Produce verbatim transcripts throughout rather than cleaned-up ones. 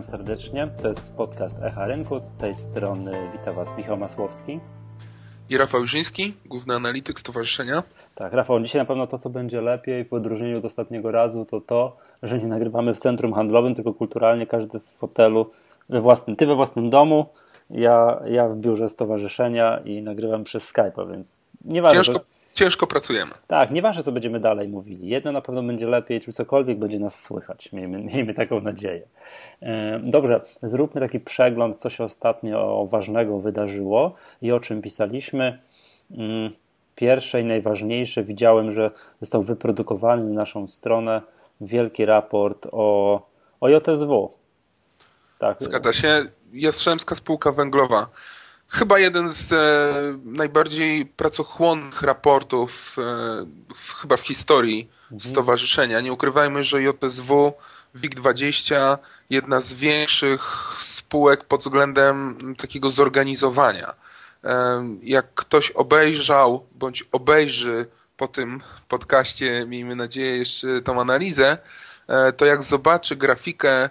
Witam serdecznie. To jest podcast Echa Rynku. Z tej strony witam Was Michał Masłowski i Rafał Jurzyński, główny analityk stowarzyszenia. Tak, Rafał, dzisiaj na pewno to, co będzie lepiej w odróżnieniu od ostatniego razu, to to, że nie nagrywamy w centrum handlowym, tylko kulturalnie, każdy w fotelu, we własnym, ty we własnym domu, ja, ja w biurze stowarzyszenia i nagrywam przez Skype'a, więc nieważne. Ciężko, to... ciężko pracujemy. Tak, nieważne, co będziemy dalej mówili. Jedno na pewno będzie lepiej, czy cokolwiek będzie nas słychać. Miejmy, miejmy taką nadzieję. Dobrze, zróbmy taki przegląd, co się ostatnio ważnego wydarzyło i o czym pisaliśmy. Pierwsze i najważniejsze, widziałem, że został wyprodukowany na naszą stronę wielki raport o, o J S W. Tak. Zgadza się. Jastrzębska Spółka Węglowa. Chyba jeden z e, najbardziej pracochłonnych raportów e, w, chyba w historii mhm. stowarzyszenia. Nie ukrywajmy, że J S W, W I G dwadzieścia, jedna z większych spółek pod względem takiego zorganizowania. E, jak ktoś obejrzał, bądź obejrzy po tym podcaście, miejmy nadzieję, jeszcze tą analizę, e, to jak zobaczy grafikę e,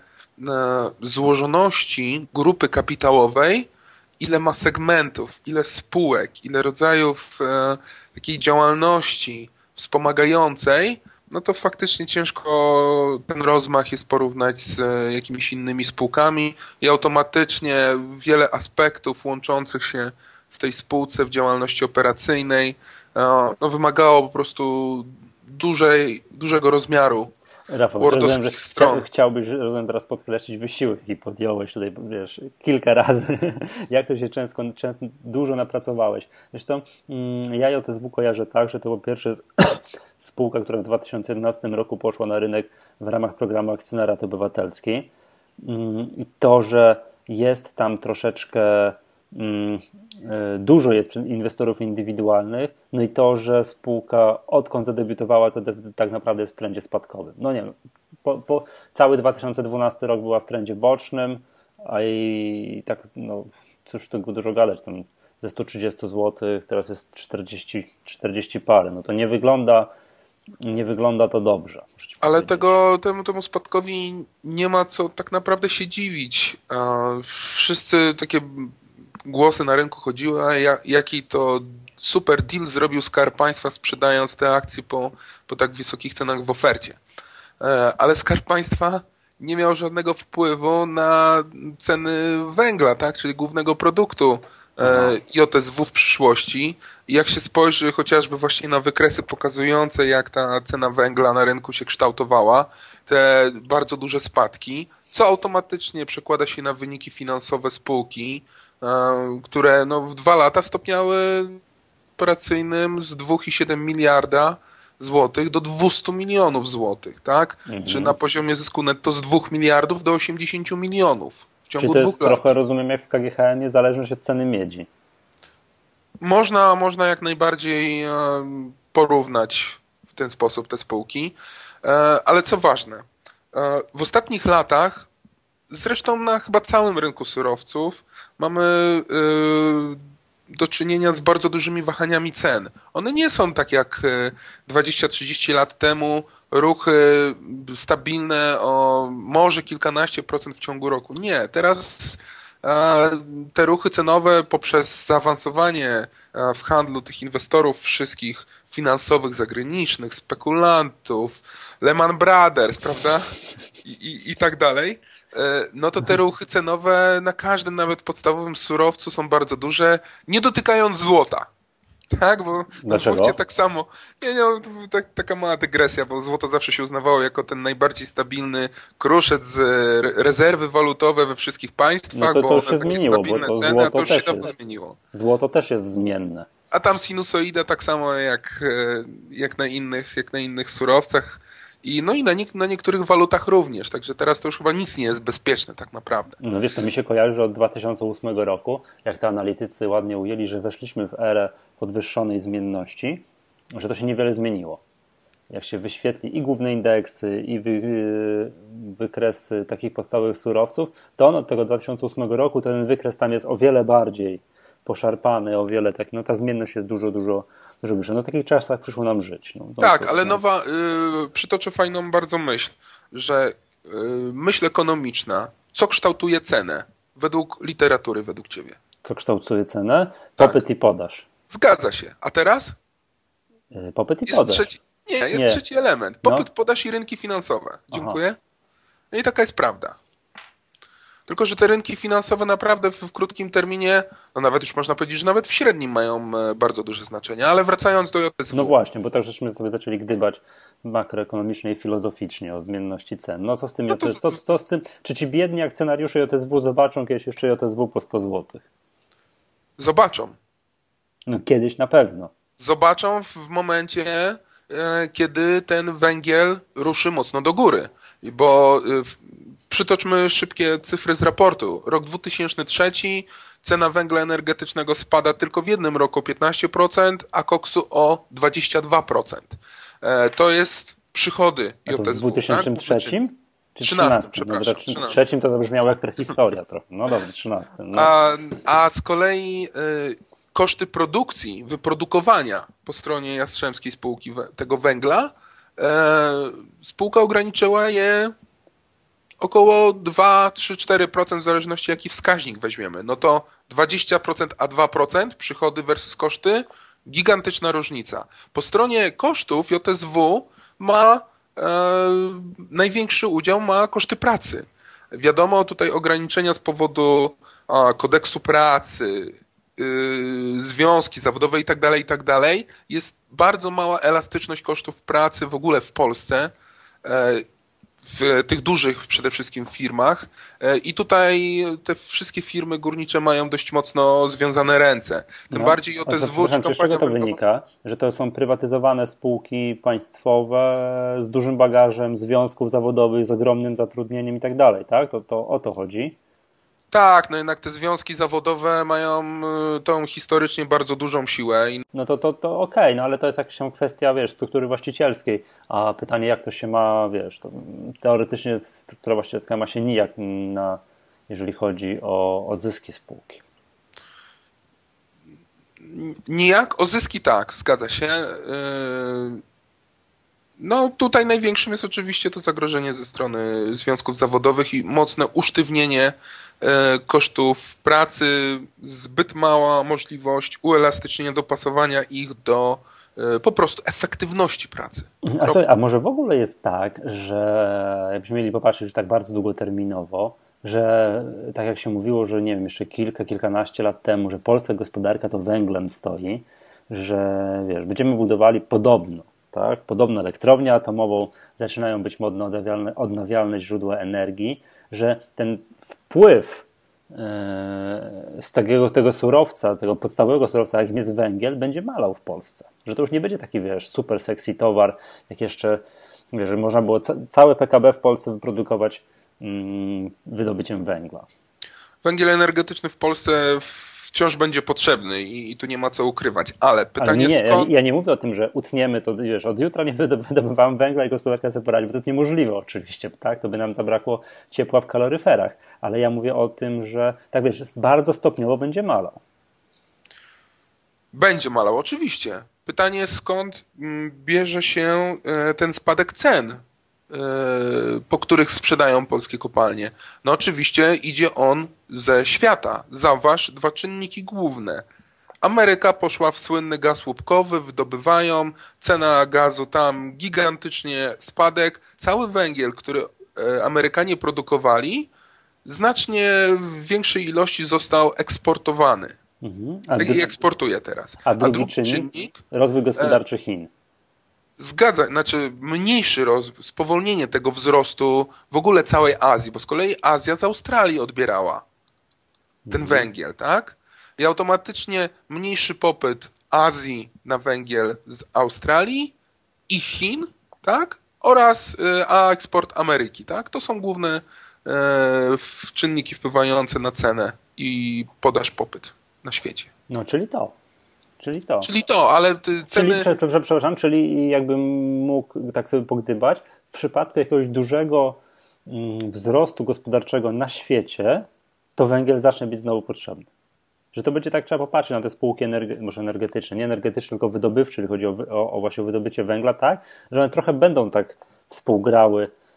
złożoności grupy kapitałowej, ile ma segmentów, ile spółek, ile rodzajów e, takiej działalności wspomagającej, no to faktycznie ciężko ten rozmach jest porównać z e, jakimiś innymi spółkami i automatycznie wiele aspektów łączących się w tej spółce, w działalności operacyjnej, e, no wymagało po prostu dużej, dużego rozmiaru. Rafał, rozumiem, że chcia, chciałbyś rozumiem, teraz podkreślić wysiłek, jaki podjąłeś tutaj, wiesz, kilka razy, jak to się często, często dużo napracowałeś. Wiesz co, ja J S W kojarzę tak, że to po pierwsze jest spółka, która w dwa tysiące jedenastym roku poszła na rynek w ramach programu Akcjonariat Obywatelski i to, że jest tam troszeczkę dużo jest inwestorów indywidualnych, no i to, że spółka odkąd zadebiutowała, to tak naprawdę jest w trendzie spadkowym. No nie wiem, po, po cały dwa tysiące dwunasty rok była w trendzie bocznym, a i tak, no cóż tu dużo gadać, tam ze sto trzydzieści złotych teraz jest czterdzieści, czterdzieści parę, no to nie wygląda nie wygląda to dobrze. Ale tego, temu, temu spadkowi nie ma co tak naprawdę się dziwić. Wszyscy takie głosy na rynku chodziły, a jaki to super deal zrobił Skarb Państwa, sprzedając te akcje po, po tak wysokich cenach w ofercie. Ale Skarb Państwa nie miał żadnego wpływu na ceny węgla, tak, czyli głównego produktu J S W w przyszłości. I jak się spojrzy chociażby właśnie na wykresy pokazujące, jak ta cena węgla na rynku się kształtowała, te bardzo duże spadki, co automatycznie przekłada się na wyniki finansowe spółki, które no, w dwa lata stopniały operacyjnym z dwa i siedem miliarda złotych do dwieście milionów złotych, tak? Mhm. Czy na poziomie zysku netto z dwóch miliardów do osiemdziesięciu milionów w ciągu dwóch lat. Czyli to jest trochę, rozumiem, jak w K G H M-ie, zależność od ceny miedzi. Można, można jak najbardziej porównać w ten sposób te spółki, ale co ważne, w ostatnich latach, zresztą na chyba całym rynku surowców, mamy yy, do czynienia z bardzo dużymi wahaniami cen. One nie są tak jak dwadzieścia trzydzieści lat temu, ruchy stabilne o może kilkanaście procent w ciągu roku. Nie, teraz te ruchy cenowe poprzez zaawansowanie w handlu tych inwestorów wszystkich finansowych, zagranicznych, spekulantów, Lehman Brothers, prawda? I, i, i tak dalej. No to te ruchy cenowe na każdym nawet podstawowym surowcu są bardzo duże, nie dotykając złota. Tak, bo na złocie tak samo. Nie, nie, tak, taka mała dygresja, bo złoto zawsze się uznawało jako ten najbardziej stabilny kruszec z rezerwy walutowe we wszystkich państwach, no to, to bo one takie zmieniło, stabilne to ceny, a to już się dawno jest, zmieniło. Złoto też jest zmienne. A tam sinusoida tak samo jak, jak, na, innych, jak na innych surowcach. I, no i na, nie, na niektórych walutach również, także teraz to już chyba nic nie jest bezpieczne tak naprawdę. No wiesz, to mi się kojarzy, że od dwa tysiące ósmego roku, jak te analitycy ładnie ujęli, że weszliśmy w erę podwyższonej zmienności, że to się niewiele zmieniło. Jak się wyświetli i główne indeksy, i wy, wykresy takich podstawowych surowców, to on od tego dwa tysiące ósmego roku ten wykres tam jest o wiele bardziej poszarpany, o wiele tak, no ta zmienność jest dużo, dużo dużo wyższa. No w takich czasach przyszło nam żyć. No, tak, ale nowa, y, przytoczę fajną bardzo myśl, że y, myśl ekonomiczna co kształtuje cenę według literatury, według ciebie? Co kształtuje cenę? Popyt tak. i podaż. Zgadza się. A teraz? Yy, popyt i jest podaż. Trzeci, nie, jest nie. trzeci element. Popyt, no. podaż i rynki finansowe. Dziękuję. Aha. No i taka jest prawda. Tylko że te rynki finansowe naprawdę w, w krótkim terminie, no nawet już można powiedzieć, że nawet w średnim mają bardzo duże znaczenie. Ale wracając do J S W. No właśnie, bo tak żeśmy sobie zaczęli gdybać makroekonomicznie i filozoficznie o zmienności cen. No co z tym, no to, co, co z tym? Czy ci biedni akcjonariusze J S W zobaczą kiedyś jeszcze J S W po sto złotych? Zobaczą. No kiedyś na pewno. Zobaczą w momencie, e, kiedy ten węgiel ruszy mocno do góry. Bo e, przytoczmy szybkie cyfry z raportu. Rok dwa tysiące trzeci, cena węgla energetycznego spada tylko w jednym roku o piętnaście procent, a koksu o dwadzieścia dwa procent. E, to jest przychody J S W. A to w dwa tysiące trzecim? Tak? Czy trzynastym, przepraszam. W trzecim to zabrzmiało jak prehistoria trochę. No dobra, trzynastym. No. A, a z kolei y, koszty produkcji, wyprodukowania po stronie Jastrzębskiej spółki we, tego węgla, y, spółka ograniczyła je około dwa, trzy, cztery procent w zależności jaki wskaźnik weźmiemy. No to dwadzieścia procent a dwa procent przychody versus koszty, gigantyczna różnica. Po stronie kosztów J S W ma e, największy udział ma koszty pracy. Wiadomo, tutaj ograniczenia z powodu a, kodeksu pracy, yy, związki zawodowe i tak dalej, i tak dalej. Jest bardzo mała elastyczność kosztów pracy w ogóle w Polsce. E, w tych dużych przede wszystkim firmach i tutaj te wszystkie firmy górnicze mają dość mocno związane ręce. Tym no, bardziej J S W... Czy z czego to wynika? Że to są prywatyzowane spółki państwowe z dużym bagażem związków zawodowych, z ogromnym zatrudnieniem i tak dalej, tak? To, to o to chodzi? Tak, no jednak te związki zawodowe mają tą historycznie bardzo dużą siłę. I... No to, to, to okej, okay, no ale to jest jakaś kwestia, wiesz, struktury właścicielskiej, a pytanie jak to się ma, wiesz, to teoretycznie struktura właścicielska ma się nijak na, jeżeli chodzi o, o zyski spółki. Nijak? O zyski tak, zgadza się. Yy... No tutaj największym jest oczywiście to zagrożenie ze strony związków zawodowych i mocne usztywnienie kosztów pracy, zbyt mała możliwość uelastycznienia, dopasowania ich do po prostu efektywności pracy. A, słuchaj, a może w ogóle jest tak, że jakbyśmy mieli popatrzeć już tak bardzo długoterminowo, że tak jak się mówiło, że nie wiem, jeszcze kilka, kilkanaście lat temu, że polska gospodarka to węglem stoi, że wiesz, będziemy budowali podobno, tak, podobno elektrownię atomową, zaczynają być modne odnawialne, odnawialne źródła energii, że ten wpływ z takiego tego surowca, tego podstawowego surowca, jakim jest węgiel, będzie malał w Polsce. Że to już nie będzie taki, wiesz, super sexy towar, jak jeszcze, wiesz, że można było ca- całe P K B w Polsce wyprodukować mm, wydobyciem węgla. Węgiel energetyczny w Polsce wciąż będzie potrzebny i, i tu nie ma co ukrywać, ale pytanie ale nie, skąd... Ja, ja nie mówię o tym, że utniemy to, wiesz, od jutra nie wydobywamy węgla i gospodarka sobie poradzi, bo to jest niemożliwe oczywiście, tak? To by nam zabrakło ciepła w kaloryferach, ale ja mówię o tym, że tak wiesz, bardzo stopniowo będzie malał. Będzie malał, oczywiście. Pytanie skąd bierze się ten spadek cen, po których sprzedają polskie kopalnie. No oczywiście idzie on ze świata. Zauważ dwa czynniki główne. Ameryka poszła w słynny gaz łupkowy, wydobywają, cena gazu tam gigantycznie spadek. Cały węgiel, który Amerykanie produkowali, znacznie w większej ilości został eksportowany. Mhm. A I eksportuje teraz. A drugi, a drugi czynnik, czynnik rozwój gospodarczy Chin. Zgadza, znaczy mniejszy rozwój, spowolnienie tego wzrostu w ogóle całej Azji, bo z kolei Azja z Australii odbierała ten mhm. węgiel, tak? I automatycznie mniejszy popyt Azji na węgiel z Australii i Chin, tak? Oraz a eksport Ameryki, tak? To są główne e, czynniki wpływające na cenę i podaż popyt na świecie. No, czyli to. Czyli to. Czyli to, ale ceny... Czyli, przepraszam, czyli jakbym mógł tak sobie pogdybać, w przypadku jakiegoś dużego wzrostu gospodarczego na świecie, to węgiel zacznie być znowu potrzebny. Że to będzie tak, trzeba popatrzeć na te spółki energe- może energetyczne, nie energetyczne, tylko wydobywcze, czyli chodzi o, o, o właśnie o wydobycie węgla, tak, że one trochę będą tak współgrały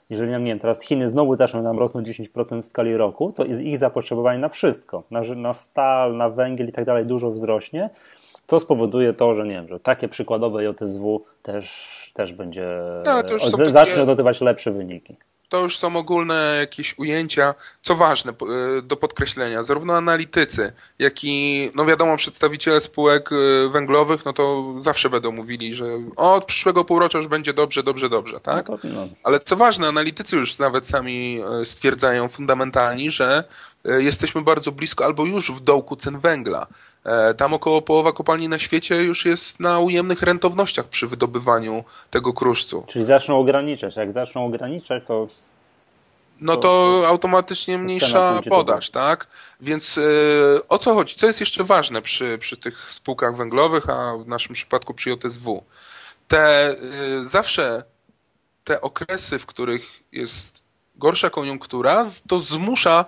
jeżeli nie wiem, teraz Chiny znowu zaczną nam rosnąć dziesięć procent w skali roku, to ich zapotrzebowanie na wszystko, na, na stal, na węgiel i tak dalej dużo wzrośnie, to spowoduje to, że nie wiem, że takie przykładowe J S W też, też będzie, no, ale to już są zacznie takie... odnotowywać lepsze wyniki. To już są ogólne jakieś ujęcia, co ważne do podkreślenia, zarówno analitycy, jak i, no wiadomo, przedstawiciele spółek węglowych, no to zawsze będą mówili, że od przyszłego półrocza już będzie dobrze, dobrze, dobrze, tak? No to, no. Ale co ważne, analitycy już nawet sami stwierdzają fundamentalni, że jesteśmy bardzo blisko albo już w dołku cen węgla. Tam około połowa kopalni na świecie już jest na ujemnych rentownościach przy wydobywaniu tego kruszcu. Czyli zaczną ograniczać. Jak zaczną ograniczać, to... No to, to automatycznie mniejsza podaż, tak? Więc yy, o co chodzi? Co jest jeszcze ważne przy, przy tych spółkach węglowych, a w naszym przypadku przy J S W? Te yy, zawsze te okresy, w których jest gorsza koniunktura, to zmusza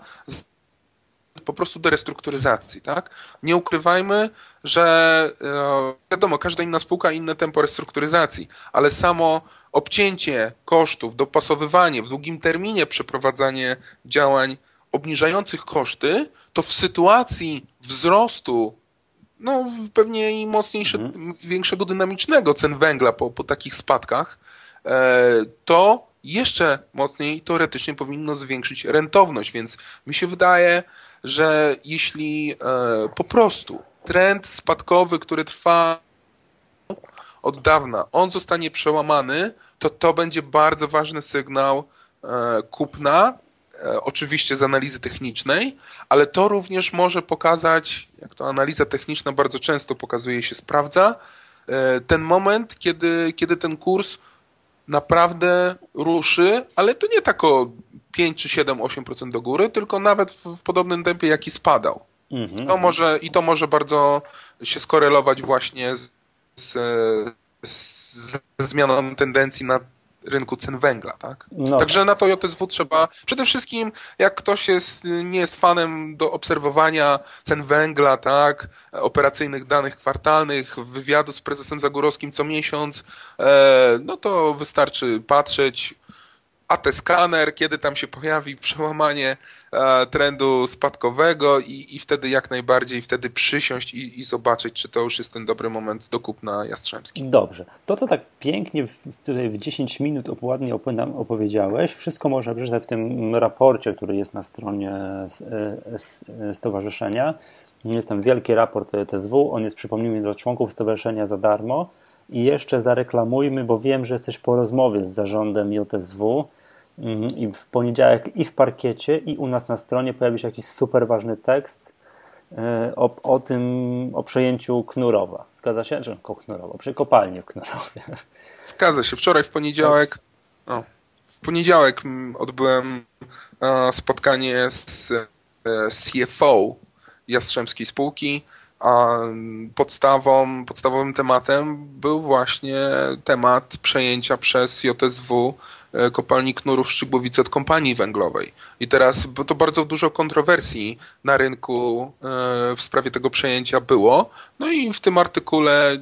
po prostu do restrukturyzacji, tak? Nie ukrywajmy, że e, wiadomo, każda inna spółka inne tempo restrukturyzacji, ale samo obcięcie kosztów, dopasowywanie, w długim terminie przeprowadzanie działań obniżających koszty, to w sytuacji wzrostu, no pewnie i mocniejsze, mhm. większego dynamicznego cen węgla po, po takich spadkach, e, to jeszcze mocniej teoretycznie powinno zwiększyć rentowność, więc mi się wydaje, że jeśli e, po prostu trend spadkowy, który trwa od dawna, on zostanie przełamany, to to będzie bardzo ważny sygnał e, kupna, e, oczywiście z analizy technicznej, ale to również może pokazać, jak to analiza techniczna bardzo często pokazuje się, sprawdza, e, ten moment, kiedy, kiedy ten kurs naprawdę ruszy, ale to nie tak o pięć czy siedem, osiem procent do góry, tylko nawet w, w podobnym tempie, jaki spadał. Mhm. To może, i to może bardzo się skorelować właśnie z, z, z zmianą tendencji na rynku cen węgla, tak? No. Także na to J S W trzeba, przede wszystkim jak ktoś jest, nie jest fanem do obserwowania cen węgla, tak, operacyjnych danych kwartalnych, wywiadu z prezesem Zagórowskim co miesiąc, e, no to wystarczy patrzeć, A T skaner, kiedy tam się pojawi przełamanie e, trendu spadkowego i, i wtedy jak najbardziej, wtedy przysiąść i, i zobaczyć, czy to już jest ten dobry moment do kupna Jastrzębski. Dobrze. To, co tak pięknie w, tutaj w dziesięć minut ładnie opowiedziałeś, wszystko można przeczytać w tym raporcie, który jest na stronie stowarzyszenia. Jest tam wielki raport J S W, on jest, przypomnijmy, dla członków stowarzyszenia za darmo. I jeszcze zareklamujmy, bo wiem, że jesteś po rozmowie z zarządem J S W i w poniedziałek i w Parkiecie, i u nas na stronie pojawi się jakiś super ważny tekst o, o tym, o przejęciu Knurowa. Zgadza się? Czy Knurowa? Przy kopalni w Knurowie. Zgadza się. Wczoraj w poniedziałek o, w poniedziałek odbyłem spotkanie z C F O Jastrzębskiej Spółki, a podstawą, podstawowym tematem był właśnie temat przejęcia przez J S W kopalni Knurów Szczygłowice od kompanii węglowej. I teraz, bo to bardzo dużo kontrowersji na rynku w sprawie tego przejęcia było. No i w tym artykule,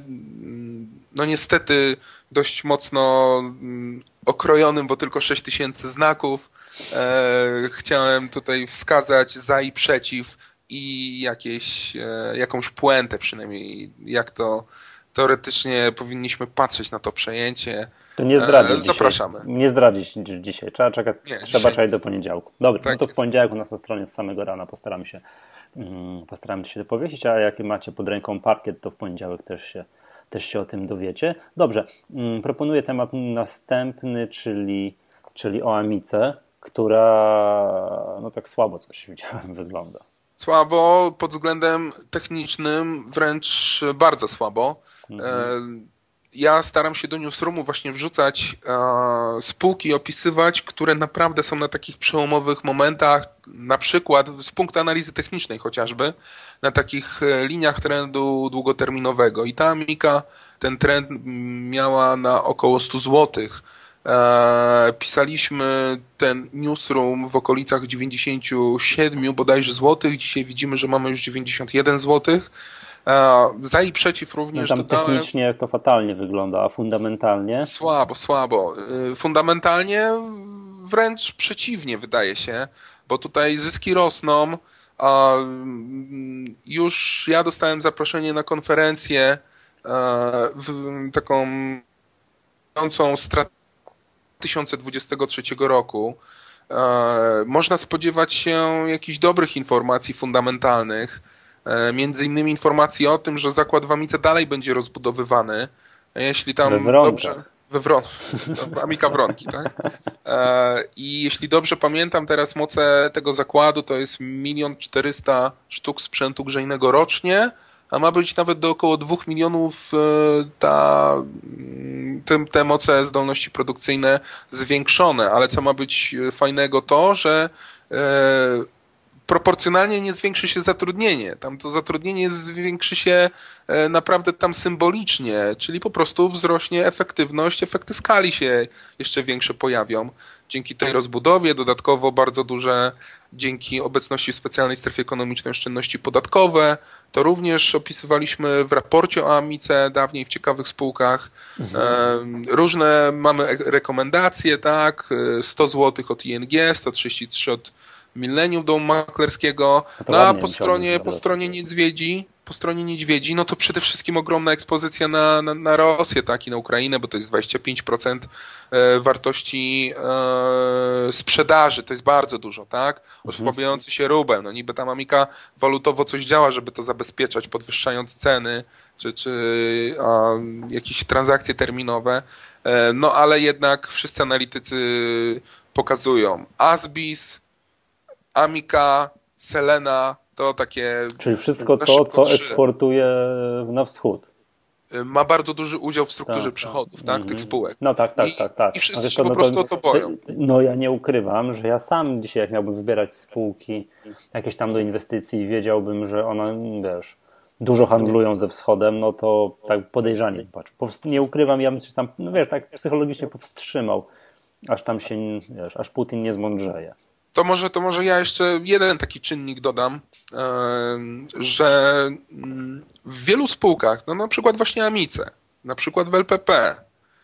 no niestety dość mocno okrojonym, bo tylko sześć tysięcy znaków, chciałem tutaj wskazać za i przeciw i jakieś, jakąś puentę przynajmniej, jak to teoretycznie powinniśmy patrzeć na to przejęcie. To nie zdradzić Zapraszamy. Dzisiaj. Nie zdradzić dzisiaj. Trzeba czekać, nie, trzeba dzisiaj... czekać do poniedziałku. Dobrze, tak no to w poniedziałek u nas na stronie z samego rana postaramy się um, postaramy się dopowiedzieć, a jak macie pod ręką parkiet, to w poniedziałek też się, też się o tym dowiecie. Dobrze, um, proponuję temat następny, czyli, czyli o Amice, która no tak słabo coś widziałem wygląda. Słabo pod względem technicznym, wręcz bardzo słabo. Mhm. Ja staram się do newsroomu właśnie wrzucać e, spółki, opisywać, które naprawdę są na takich przełomowych momentach, na przykład z punktu analizy technicznej chociażby, na takich liniach trendu długoterminowego. I ta Amika ten trend miała na około sto złotych. E, pisaliśmy ten newsroom w okolicach dziewięćdziesiąt siedem bodajże złotych. Dzisiaj widzimy, że mamy już dziewięćdziesiąt jeden złotych. Za i przeciw również no tam dodałem... Technicznie to fatalnie wygląda, a fundamentalnie? Słabo, słabo. Fundamentalnie wręcz przeciwnie, wydaje się, bo tutaj zyski rosną. A już ja dostałem zaproszenie na konferencję w taką strategię dwa tysiące dwudziestego trzeciego roku. Można spodziewać się jakichś dobrych informacji fundamentalnych, między innymi informacji o tym, że zakład w Amice dalej będzie rozbudowywany, jeśli tam dobrze... We Wron... Amika Wronki, tak? I jeśli dobrze pamiętam, teraz moce tego zakładu to jest milion czterysta sztuk sprzętu grzejnego rocznie, a ma być nawet do około dwóch milionów ta, te, te moce zdolności produkcyjne zwiększone, ale co ma być fajnego to, że proporcjonalnie nie zwiększy się zatrudnienie. Tam to zatrudnienie zwiększy się naprawdę tam symbolicznie, czyli po prostu wzrośnie efektywność, efekty skali się jeszcze większe pojawią. Dzięki tej rozbudowie, dodatkowo bardzo duże, dzięki obecności w specjalnej strefie ekonomicznej oszczędności podatkowe, to również opisywaliśmy w raporcie o Amice dawniej w ciekawych spółkach. Mhm. Różne mamy rekomendacje, tak, sto złotych od I N G, sto trzydzieści trzy od Millennium Domu Maklerskiego, no a po stronie, po stronie niedźwiedzi, po stronie niedźwiedzi, no to przede wszystkim ogromna ekspozycja na, na, na Rosję, tak, i na Ukrainę, bo to jest dwadzieścia pięć procent wartości e, sprzedaży, to jest bardzo dużo, tak, osłabiający się rubel, no niby tam Amika walutowo coś działa, żeby to zabezpieczać, podwyższając ceny, czy, czy a, jakieś transakcje terminowe, e, no ale jednak wszyscy analitycy pokazują Asbis, Amika, Selena, to takie... Czyli wszystko to, co eksportuje na wschód. Ma bardzo duży udział w strukturze tak, przychodów, tak, tak, tych spółek. No tak, tak, I, tak, tak. I wszyscy się po prostu o to boją. No ja nie ukrywam, że ja sam dzisiaj, jak miałbym wybierać spółki jakieś tam do inwestycji i wiedziałbym, że one, wiesz, dużo handlują ze wschodem, no to tak podejrzanie patrzę. Po prostu nie ukrywam, ja bym się sam, no wiesz, tak psychologicznie powstrzymał, aż tam się, wiesz, aż Putin nie zmądrzeje. To może, to może ja jeszcze jeden taki czynnik dodam, że w wielu spółkach, no na przykład właśnie Amice, na przykład w L P P,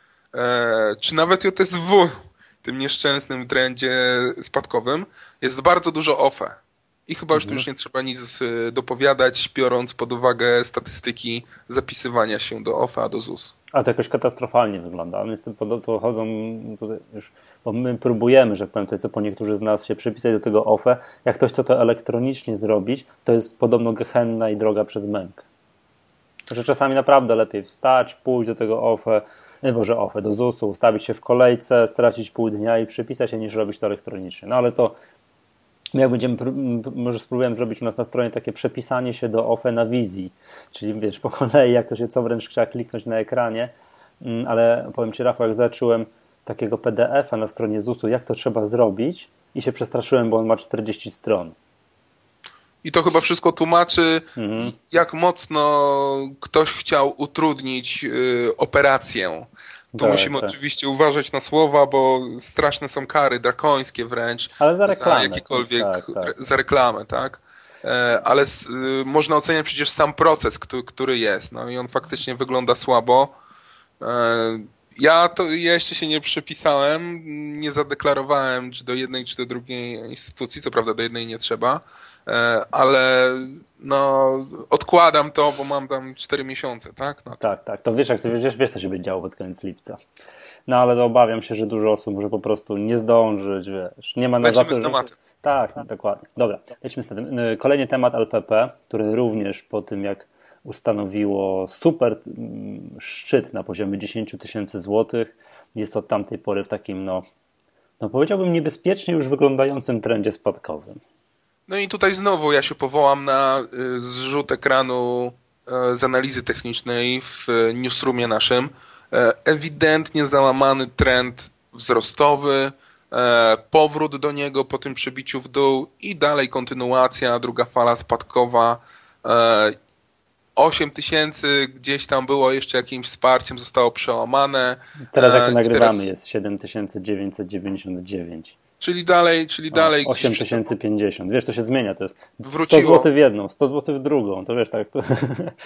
czy nawet J S W, tym nieszczęsnym trendzie spadkowym, jest bardzo dużo O F E. I chyba już tu już nie trzeba nic dopowiadać, biorąc pod uwagę statystyki zapisywania się do O F E, a do Z U S. A to jakoś katastrofalnie wygląda. Niestety to chodzą tutaj już, bo my próbujemy, że powiem tutaj, co po niektórzy z nas się przypisać do tego O F E. Jak ktoś chce to elektronicznie zrobić, to jest podobno gehenna i droga przez mękę. Że czasami naprawdę lepiej wstać, pójść do tego O F E, nie Boże O F E, do Z U S u, ustawić się w kolejce, stracić pół dnia i przypisać się, niż robić to elektronicznie. No ale to my jak będziemy, może spróbujemy zrobić u nas na stronie takie przepisanie się do O F E na wizji, czyli wiesz, po kolei jak to się co wręcz trzeba kliknąć na ekranie, ale powiem Ci, Rafał, jak zacząłem takiego P D F a na stronie Z U S u, jak to trzeba zrobić i się przestraszyłem, bo on ma czterdzieści stron. I to chyba wszystko tłumaczy, mhm. jak mocno ktoś chciał utrudnić y, operację. Tu tak, musimy tak. oczywiście uważać na słowa, bo straszne są kary, drakońskie wręcz. Ale za reklamę. Za jakikolwiek, tak, tak. za reklamę, tak? E, ale s, y, można oceniać przecież sam proces, który, który jest. No i on faktycznie wygląda słabo. E, ja to ja jeszcze się nie przypisałem, nie zadeklarowałem, czy do jednej, czy do drugiej instytucji. Co prawda do jednej nie trzeba. Ale no odkładam to, bo mam tam cztery miesiące, tak? No. Tak, tak. To wiesz, jak to wiesz, wiesz, co się będzie działo pod koniec lipca. No ale to obawiam się, że dużo osób może po prostu nie zdążyć, wiesz. Nie ma na Lecimy z tematem. Tak, tak, dokładnie. Dobra, lecimy z tym. Kolejny temat L P P, który również po tym, jak ustanowiło super szczyt na poziomie dziesięć tysięcy złotych, jest od tamtej pory w takim, no, no powiedziałbym, niebezpiecznie już wyglądającym trendzie spadkowym. No i tutaj znowu ja się powołam na zrzut ekranu z analizy technicznej w newsroomie naszym. Ewidentnie załamany trend wzrostowy, powrót do niego po tym przebiciu w dół i dalej kontynuacja, druga fala spadkowa. osiem tysięcy gdzieś tam było jeszcze jakimś wsparciem, zostało przełamane. Teraz jak nagrywamy teraz... jest siedem tysięcy dziewięćset dziewięćdziesiąt dziewięć. Czyli dalej, czyli dalej. osiem tysięcy pięćdziesiąt. Wiesz, to się zmienia, to jest wróciło. sto złotych w jedną, sto złotych w drugą. To wiesz, tak, to,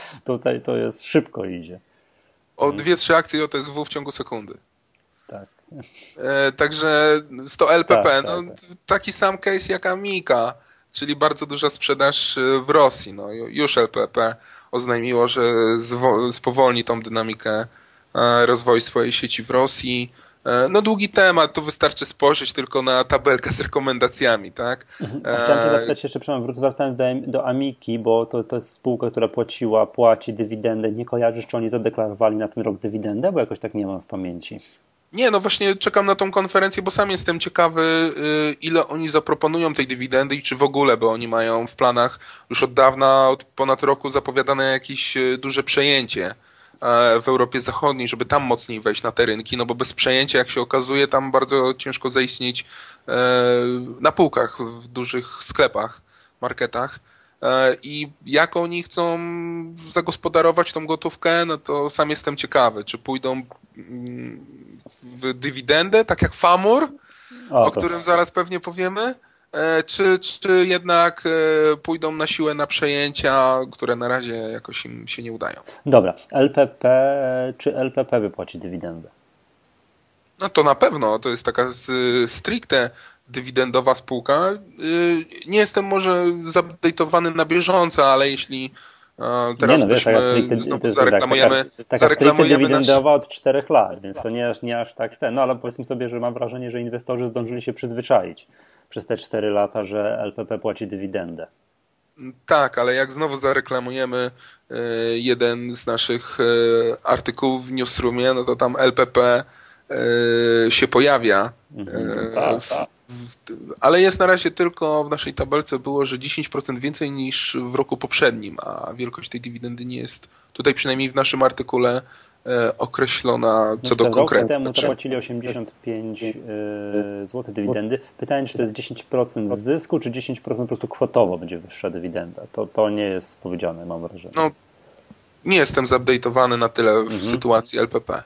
tutaj to jest szybko idzie. O dwie, trzy akcje J S W w ciągu sekundy. Tak. E, także sto L P P, Tak, no tak, tak. taki sam case jak Amiga, czyli bardzo duża sprzedaż w Rosji. No, już L P P oznajmiło, że zwo- spowolni tą dynamikę e, rozwoju swojej sieci w Rosji. E, no długi temat, tu wystarczy spojrzeć tylko na tabelkę z rekomendacjami, tak? A chciałem się E, zapytać jeszcze, przepraszam, wracając do, do Amiki, bo to, to jest spółka, która płaciła, płaci dywidendę. Nie kojarzysz, czy oni zadeklarowali na ten rok dywidendę? Bo jakoś tak nie mam w pamięci. Nie, no właśnie czekam na tą konferencję, bo sam jestem ciekawy, y, ile oni zaproponują tej dywidendy i czy w ogóle, bo oni mają w planach już od dawna, od ponad roku zapowiadane jakieś y, duże przejęcie e, w Europie Zachodniej, żeby tam mocniej wejść na te rynki, no bo bez przejęcia, jak się okazuje, tam bardzo ciężko zaistnieć e, na półkach w dużych sklepach, marketach. E, I jak oni chcą zagospodarować tą gotówkę, no to sam jestem ciekawy, czy pójdą mm, w dywidendę, tak jak Famur, O, o to którym zaraz pewnie powiemy, e, czy, czy jednak e, pójdą na siłę na przejęcia, które na razie jakoś im się nie udają. dobra. L P P, czy L P P wypłaci dywidendę? No to na pewno, to jest taka z, stricte dywidendowa spółka. Y, Nie jestem może zupdate'owany na bieżąco, ale jeśli e, Nie teraz no, wiesz, taka byśmy stricte, to znowu jest tak, zareklamujemy, taka, taka stricte zareklamujemy nasz... dywidendowa od czterech lat, więc to nie, aż- nie aż tak ten. No ale powiedzmy sobie, że mam wrażenie, że inwestorzy zdążyli się przyzwyczaić przez te cztery lata, że L P P płaci dywidendę. Tak, ale jak znowu zareklamujemy e, jeden z naszych e, artykułów w Newsroomie, no to tam L P P e, się pojawia. Mhm, E, tak, w, tak. w, ale jest na razie tylko w naszej tabelce było, że dziesięć procent więcej niż w roku poprzednim, a wielkość tej dywidendy nie jest tutaj przynajmniej w naszym artykule e, określona co do Jeszcze rok konkretów. temu to Także płacili osiemdziesiąt pięć zł dywidendy. Pytanie, czy to jest dziesięć procent zysku, czy dziesięć procent po prostu kwotowo będzie wyższa dywidenda. To, to nie jest powiedziane, mam wrażenie. no, nie jestem zupdate'owany na tyle w Mhm. sytuacji L P P.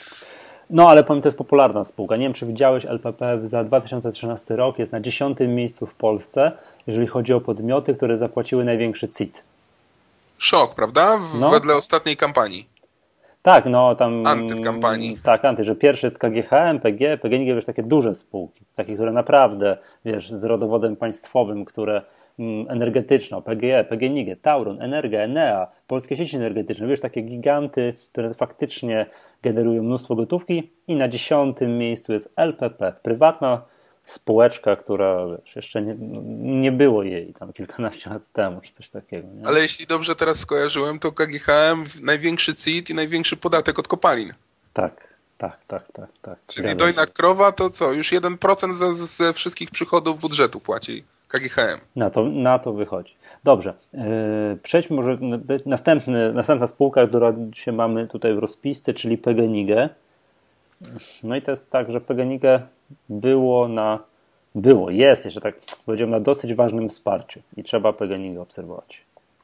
No ale powiem, to jest popularna spółka. Nie wiem, czy widziałeś, L P P za dwa tysiące trzynasty rok jest na dziesiątym miejscu w Polsce, jeżeli chodzi o podmioty, które zapłaciły największy C I T. Szok, prawda? W, No. Wedle ostatniej kampanii. Tak, no tam... Antykampanii. Tak, anty, że pierwszy jest K G H M, P G, P G N G, wiesz, takie duże spółki, takie, które naprawdę, wiesz, z rodowodem państwowym, które mm, energetyczną, P G E, P G N G, Tauron, Energa, Enea, Polskie Sieci Energetyczne, wiesz, takie giganty, które faktycznie generują mnóstwo gotówki i na dziesiątym miejscu jest L P P, prywatna spółeczka, która, wiesz, jeszcze nie, nie było jej tam kilkanaście lat temu, czy coś takiego. Nie? Ale jeśli dobrze teraz skojarzyłem, to K G H M największy C I T i największy podatek od kopalin. Tak, tak, tak, tak, tak. Czyli Zgadza dojna się. krowa to co? Już jeden procent ze, ze wszystkich przychodów budżetu płaci K G H M. Na to, na to wychodzi. Dobrze, yy, przejdźmy może następny, następna spółka, która się mamy tutaj w rozpisce, czyli P G N I G. No i to jest tak, że P G N I G było na, było, jest jeszcze tak, powiedziałem, na dosyć ważnym wsparciu i trzeba P G N I G obserwować.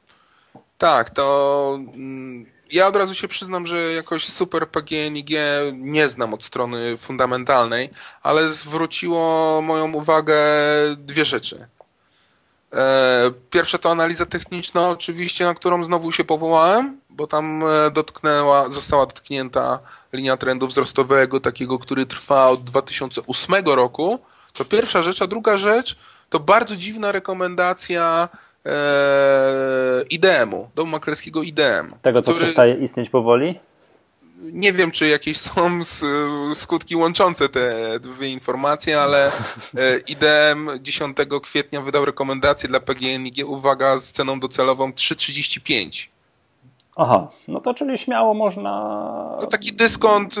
Tak, to mm, ja od razu się przyznam, że jakoś super P G N I G nie znam od strony fundamentalnej, ale zwróciło moją uwagę dwie rzeczy. E, Pierwsza to analiza techniczna oczywiście, na którą znowu się powołałem, bo tam e, dotknęła, została dotknięta linia trendu wzrostowego, takiego, który trwa od dwa tysiące ósmego roku. To pierwsza rzecz, a druga rzecz to bardzo dziwna rekomendacja e, I D M-u, domu maklerskiego I D M. Tego, co który, przestaje istnieć powoli? nie wiem, czy jakieś są s- skutki łączące te dwie informacje, ale e, I D M dziesiątego kwietnia wydał rekomendację dla P G N I G, uwaga, z ceną docelową trzy trzydzieści pięć. Aha, no to czyli śmiało można... No taki dyskont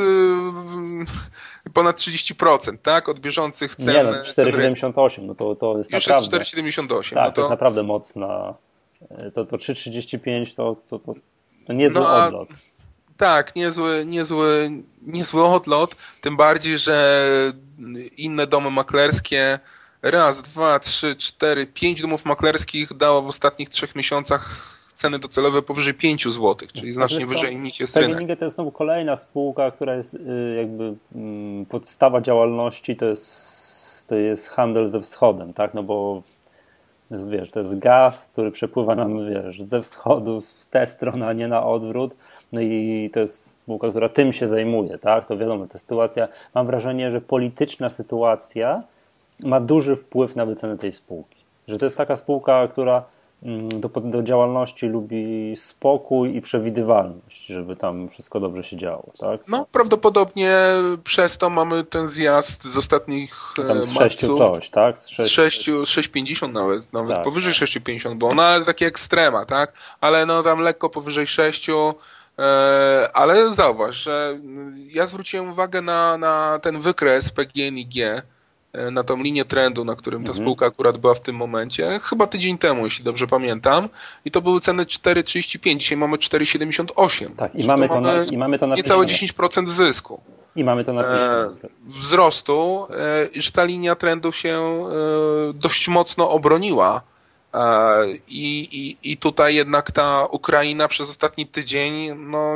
y, ponad trzydzieści procent, tak? Od bieżących cen. Nie, no cztery siedemdziesiąt osiem, no to, to jest Już naprawdę... jest cztery siedemdziesiąt osiem. Tak, no to to, jest naprawdę mocna... To, to trzy trzydzieści pięć to, to, to, to niezły No a- odlot. tak, niezły, niezły, niezły odlot, tym bardziej, że inne domy maklerskie, raz, dwa, trzy, cztery, pięć domów maklerskich dało w ostatnich trzech miesiącach ceny docelowe powyżej pięć złotych, czyli znacznie Wiesz co, wyżej niż jest P G N rynek. I G to jest znowu kolejna spółka, która jest y, jakby mm, podstawa działalności to jest, to jest handel ze wschodem, tak? No bo to jest, wiesz, to jest gaz, który przepływa nam, wiesz, ze wschodu w tę stronę, a nie na odwrót. no i to jest spółka, która tym się zajmuje, tak? To wiadomo, ta sytuacja, mam wrażenie, że polityczna sytuacja ma duży wpływ na wycenę tej spółki. Że to jest taka spółka, która do, do działalności lubi spokój i przewidywalność, żeby tam wszystko dobrze się działo, tak? No, prawdopodobnie przez to mamy ten zjazd z ostatnich tam z sześciu coś, tak? Z sześciu, z sześć pięćdziesiąt nawet, nawet tak, powyżej tak. sześć pięćdziesiąt, bo ona jest takie ekstrema, tak? Ale no tam lekko powyżej sześciu, e, ale zauważ, że ja zwróciłem uwagę na, na ten wykres P G N I G, na tą linię trendu, na którym ta mhm. spółka akurat była w tym momencie, chyba tydzień temu, jeśli dobrze pamiętam, i to były ceny cztery dziesięć pięć, dzisiaj mamy cztery siedemdziesiąt osiem. Tak, i mamy, to na, i mamy to na niecałe dziesięć procent zysku. I mamy to na e, wzrostu, e, że ta linia trendu się e, dość mocno obroniła. E, i, i, I tutaj jednak ta Ukraina przez ostatni tydzień, no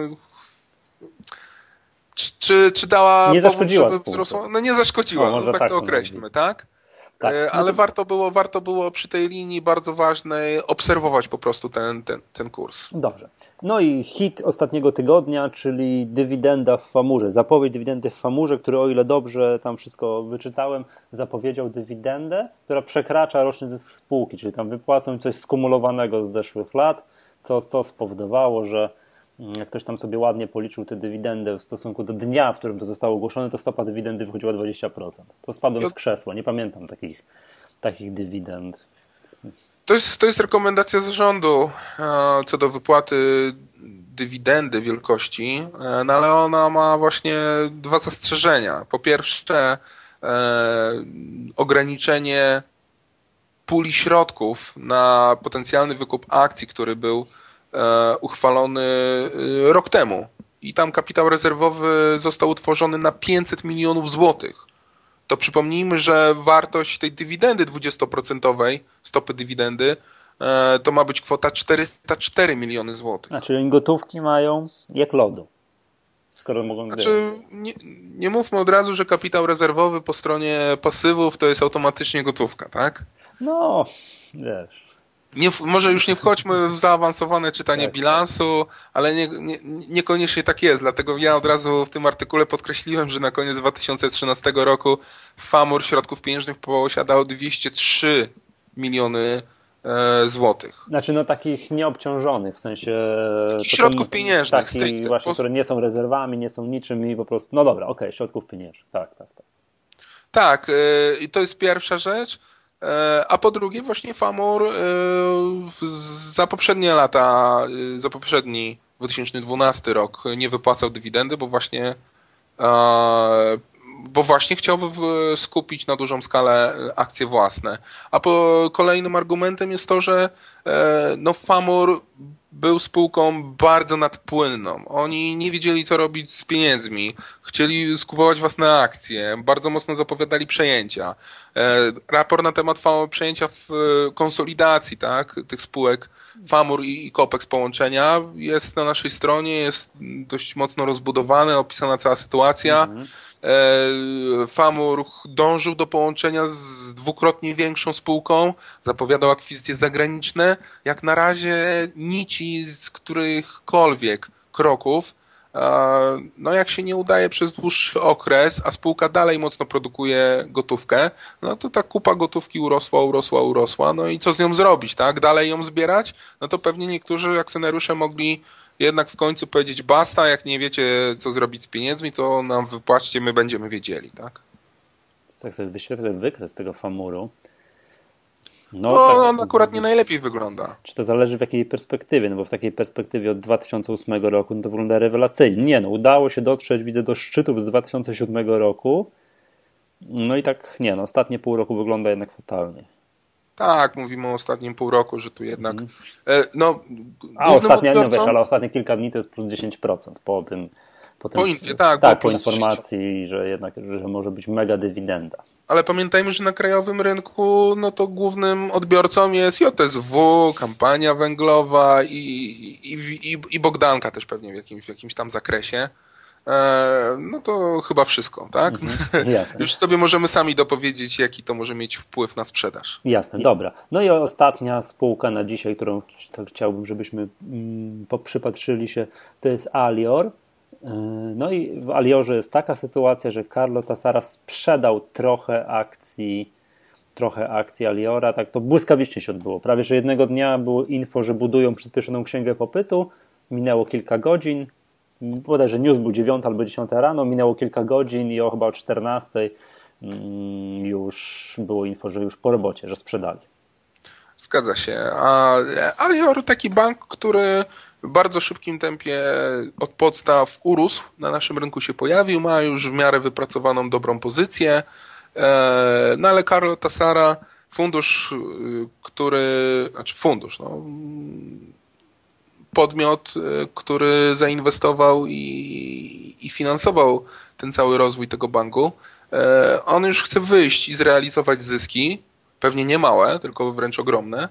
Czy, czy dała nie powód, żeby wzrosła? No nie zaszkodziła, no, no tak, tak to określmy, tak? tak? Ale no to... warto było, warto było przy tej linii bardzo ważnej obserwować po prostu ten, ten, ten kurs. Dobrze. No i hit ostatniego tygodnia, czyli dywidenda w Famurze. Zapowiedź dywidendy w Famurze, który, o ile dobrze tam wszystko wyczytałem, zapowiedział dywidendę, która przekracza roczny zysk spółki, czyli tam wypłacą coś skumulowanego z zeszłych lat, co, co spowodowało, że jak ktoś tam sobie ładnie policzył tę dywidendę w stosunku do dnia, w którym to zostało ogłoszone, to stopa dywidendy wychodziła dwadzieścia procent. To spadłem z krzesła, nie pamiętam takich, takich dywidend. To jest, to jest rekomendacja zarządu co do wypłaty dywidendy wielkości, no ale ona ma właśnie dwa zastrzeżenia. Po pierwsze, e, ograniczenie puli środków na potencjalny wykup akcji, który był uchwalony rok temu i tam kapitał rezerwowy został utworzony na pięćset milionów złotych. To przypomnijmy, że wartość tej dywidendy dwudziestoprocentowej, stopy dywidendy, to ma być kwota czterysta cztery miliony złotych. A czyli gotówki mają jak lodu. Skoro mogą znaczy, nie, nie mówmy od razu, że kapitał rezerwowy po stronie pasywów to jest automatycznie gotówka, tak? No, wiesz. Nie, może już nie wchodźmy w zaawansowane czytanie tak, bilansu, ale nie, nie, niekoniecznie tak jest, dlatego ja od razu w tym artykule podkreśliłem, że na koniec dwa tysiące trzynastego roku Famur środków pieniężnych posiadał dwieście trzy miliony e, złotych. Znaczy no takich nieobciążonych, w sensie... Środków pieniężnych takich stricte. Właśnie, które nie są rezerwami, nie są niczym i po prostu, no dobra, okej, okay, środków pieniężnych, tak, tak, tak. Tak, i yy, to jest pierwsza rzecz. A po drugie właśnie Famur za poprzednie lata, za poprzedni dwa tysiące dwunasty rok nie wypłacał dywidendy, bo właśnie bo właśnie chciał skupić na dużą skalę akcje własne. A po kolejnym argumentem jest to, że no Famur był spółką bardzo nadpłynną. Oni nie wiedzieli, co robić z pieniędzmi. Chcieli skupować własne akcje. Bardzo mocno zapowiadali przejęcia. Raport na temat przejęcia w konsolidacji, tak, tych spółek Famur i Kopex połączenia jest na naszej stronie, jest dość mocno rozbudowany, opisana cała sytuacja. Mhm. Famur dążył do połączenia z dwukrotnie większą spółką, zapowiadał akwizycje zagraniczne. Jak na razie nici z którychkolwiek kroków, no jak się nie udaje przez dłuższy okres, a spółka dalej mocno produkuje gotówkę, no to ta kupa gotówki urosła, urosła, urosła, no i co z nią zrobić, tak? Dalej ją zbierać? No to pewnie niektórzy akcjonariusze mogli jednak w końcu powiedzieć basta, jak nie wiecie, co zrobić z pieniędzmi, to nam wypłaćcie, my będziemy wiedzieli, tak? Tak sobie wyświetlę wykres tego Famuru. No, no tak, on akurat nie najlepiej wygląda. Czy to zależy w jakiej perspektywie? No bo w takiej perspektywie od dwa tysiące ósmego roku no to wygląda rewelacyjnie. Nie no, udało się dotrzeć, widzę, do szczytów z dwa tysiące siódmego roku. No i tak, nie no, ostatnie pół roku wygląda jednak fatalnie. Tak, mówimy o ostatnim pół roku, że tu jednak... Mm. E, no, A ostatnie, odbiorcą... no wiesz, ale ostatnie kilka dni to jest plus dziesięć procent po tym... Po, tym, po infie, tak. Tak, po informacji, że jednak że może być mega dywidenda. Ale pamiętajmy, że na krajowym rynku no to głównym odbiorcą jest J S W, Kompania Węglowa i, i, i, i Bogdanka też pewnie w jakimś, w jakimś tam zakresie. No no to chyba wszystko, tak? Mhm, już sobie możemy sami dopowiedzieć, jaki to może mieć wpływ na sprzedaż. Jasne, dobra. No i ostatnia spółka na dzisiaj, którą tak chciałbym, żebyśmy mm, przypatrzyli się, to jest Alior. No i w Aliorze jest taka sytuacja, że Carlo Tassara sprzedał trochę akcji, trochę akcji Aliora, tak to błyskawicznie się odbyło. Prawie, że jednego dnia było info, że budują przyspieszoną księgę popytu, minęło kilka godzin, bodajże news był dziewiąta albo dziesiąta rano, minęło kilka godzin i o chyba o czternastej już było info, że już po robocie, że sprzedali. Zgadza się. A Alior taki bank, który w bardzo szybkim tempie od podstaw urósł, na naszym rynku się pojawił, ma już w miarę wypracowaną dobrą pozycję. No ale Carlo Tassara, fundusz, który, znaczy fundusz, no, podmiot, który zainwestował i, i finansował ten cały rozwój tego banku, on już chce wyjść i zrealizować zyski, pewnie nie małe, tylko wręcz ogromne,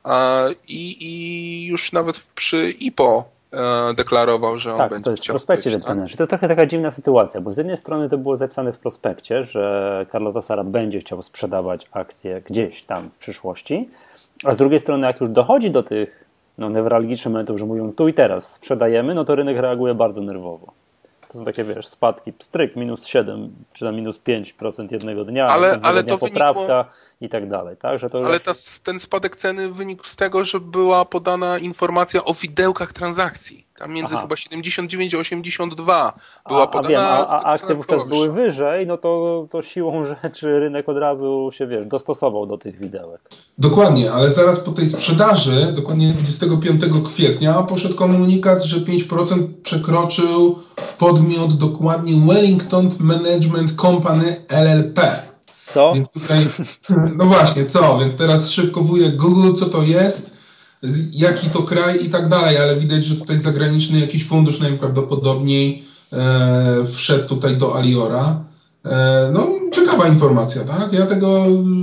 i, i już nawet przy I P O deklarował, że on tak, będzie to jest chciał w prospekcie wyjść, zapisane. tak? To trochę taka dziwna sytuacja, bo z jednej strony to było zapisane w prospekcie, że Carlo Tassara będzie chciał sprzedawać akcje gdzieś tam w przyszłości, a z drugiej strony jak już dochodzi do tych no, newralgicznych momentów, że mówią tu i teraz sprzedajemy, no to rynek reaguje bardzo nerwowo. To są takie, wiesz, spadki, pstryk, minus siedem czy na minus pięć procent jednego dnia, ale, ale dnia to poprawka wynikło... i tak dalej. Tak? Że to ale ta, ten spadek ceny wynikł z tego, że była podana informacja o widełkach transakcji. Tam między Aha. chyba siedemdziesiąt dziewięć a osiemdziesiąt dwa była a, podana. A, wiem, a, a akcje wówczas były wyżej, no to, to siłą rzeczy rynek od razu się, wiesz, dostosował do tych widełek. Dokładnie, ale zaraz po tej sprzedaży, dokładnie dwudziestego piątego kwietnia, poszedł komunikat, że pięć procent przekroczył podmiot dokładnie Wellington Management Company L L P. Co? Więc tutaj, no właśnie, co? Więc teraz szybko wuje Google, co to jest, jaki to kraj i tak dalej, ale widać, że tutaj zagraniczny jakiś fundusz najprawdopodobniej e, wszedł tutaj do Aliora. E, no, ciekawa informacja, tak? Ja tego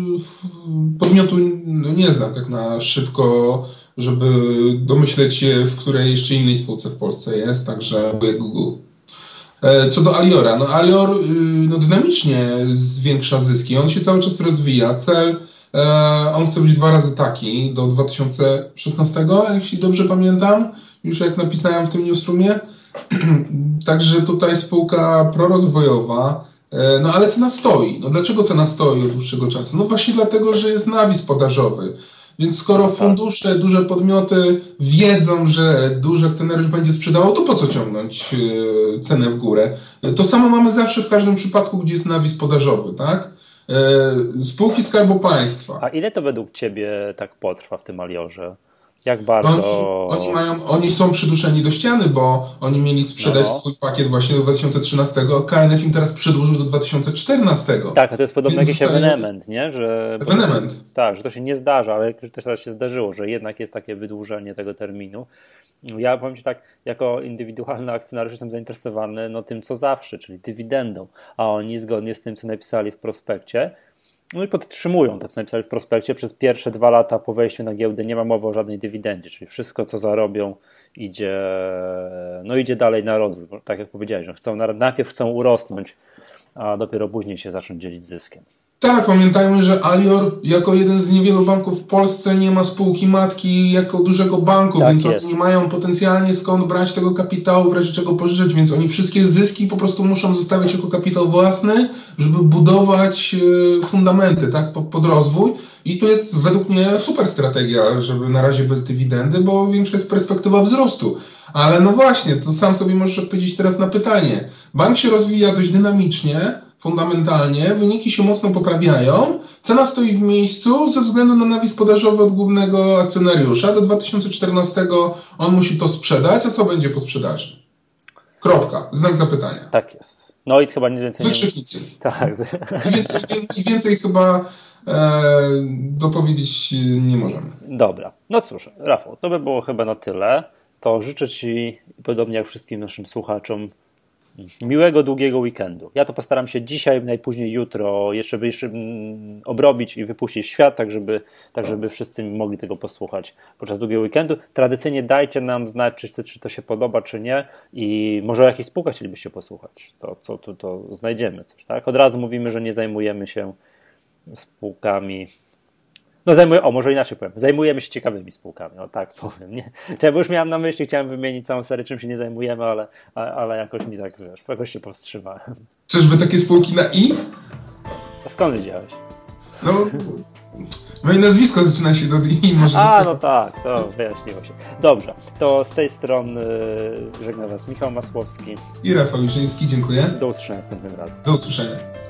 podmiotu no, nie znam tak na szybko, żeby domyśleć się, w której jeszcze innej spółce w Polsce jest, także wuje Google. Co do Aliora, no Alior no, dynamicznie zwiększa zyski, on się cały czas rozwija, cel, e, on chce być dwa razy taki do dwa tysiące szesnastego, jeśli dobrze pamiętam, już jak napisałem w tym newsroomie, także tutaj spółka prorozwojowa, e, no ale cena stoi, no dlaczego cena stoi od dłuższego czasu? No właśnie dlatego, że jest nawis podażowy. Więc skoro fundusze, duże podmioty wiedzą, że duży akcjonariusz będzie sprzedawał, to po co ciągnąć yy, cenę w górę? To samo mamy zawsze w każdym przypadku, gdzie jest nawis podażowy, tak? Yy, spółki Skarbu Państwa. A ile to według Ciebie tak potrwa w tym Aliorze? Jak bardzo... Oni, oni, mają, oni są przyduszeni do ściany, bo oni mieli sprzedać no. swój pakiet właśnie do dwa tysiące trzynastego, a K N F im teraz przedłużył do dwa tysiące czternastego. Tak, a to jest podobno jakiś ewenement, nie? Że, ewenement. Tak, że to się nie zdarza, ale też teraz się zdarzyło, że jednak jest takie wydłużenie tego terminu. Ja powiem Ci tak, jako indywidualny akcjonariusz jestem zainteresowany no, tym, co zawsze, czyli dywidendą, a oni zgodnie z tym, co napisali w prospekcie, no i podtrzymują to, co napisali w prospekcie. Przez pierwsze dwa lata po wejściu na giełdę nie ma mowy o żadnej dywidendzie, czyli wszystko, co zarobią, idzie, no idzie dalej na rozwój. Bo, tak jak powiedziałeś, że chcą, najpierw chcą urosnąć, a dopiero później się zaczną dzielić zyskiem. Tak, pamiętajmy, że Alior jako jeden z niewielu banków w Polsce nie ma spółki matki jako dużego banku, tak więc jest. Oni nie mają potencjalnie skąd brać tego kapitału, w razie czego pożyczyć, więc oni wszystkie zyski po prostu muszą zostawiać jako kapitał własny, żeby budować fundamenty, tak, pod rozwój. I tu jest według mnie super strategia, żeby na razie bez dywidendy, bo większa jest perspektywa wzrostu. Ale no właśnie, to sam sobie możesz odpowiedzieć teraz na pytanie. Bank się rozwija dość dynamicznie, fundamentalnie, wyniki się mocno poprawiają, cena stoi w miejscu ze względu na nawis podażowy od głównego akcjonariusza. Do dwa tysiące czternastego on musi to sprzedać, a co będzie po sprzedaży? Kropka. Znak zapytania. Tak jest. No i chyba nic więcej z wykrzyknikiem. Nie... Tak. I więcej, I więcej chyba e, dopowiedzieć nie możemy. Dobra. No cóż, Rafał, to by było chyba na tyle. To życzę Ci, podobnie jak wszystkim naszym słuchaczom, miłego, długiego weekendu. Ja to postaram się dzisiaj, najpóźniej jutro jeszcze, jeszcze mm, obrobić i wypuścić w świat, tak żeby, tak żeby wszyscy mogli tego posłuchać podczas długiego weekendu. Tradycyjnie dajcie nam znać, czy, czy to się podoba, czy nie i może o jakichś spółkach chcielibyście posłuchać. To, co tu to, to znajdziemy coś, tak? Od razu mówimy, że nie zajmujemy się spółkami. No zajmuję, o może inaczej powiem, zajmujemy się ciekawymi spółkami, o tak powiem, nie? Czemu, bo już miałem na myśli, chciałem wymienić całą serię, czym się nie zajmujemy, ale, ale jakoś mi tak, wiesz, jakoś się powstrzymałem. Czyżby takie spółki na I? A skąd wiedziałeś? No, moje nazwisko zaczyna się do I, może... A, no tak, to wyjaśniło się. Dobrze, to z tej strony żegna Was Michał Masłowski. I Rafał Juszyński, dziękuję. Do usłyszenia następnym razem. Do usłyszenia.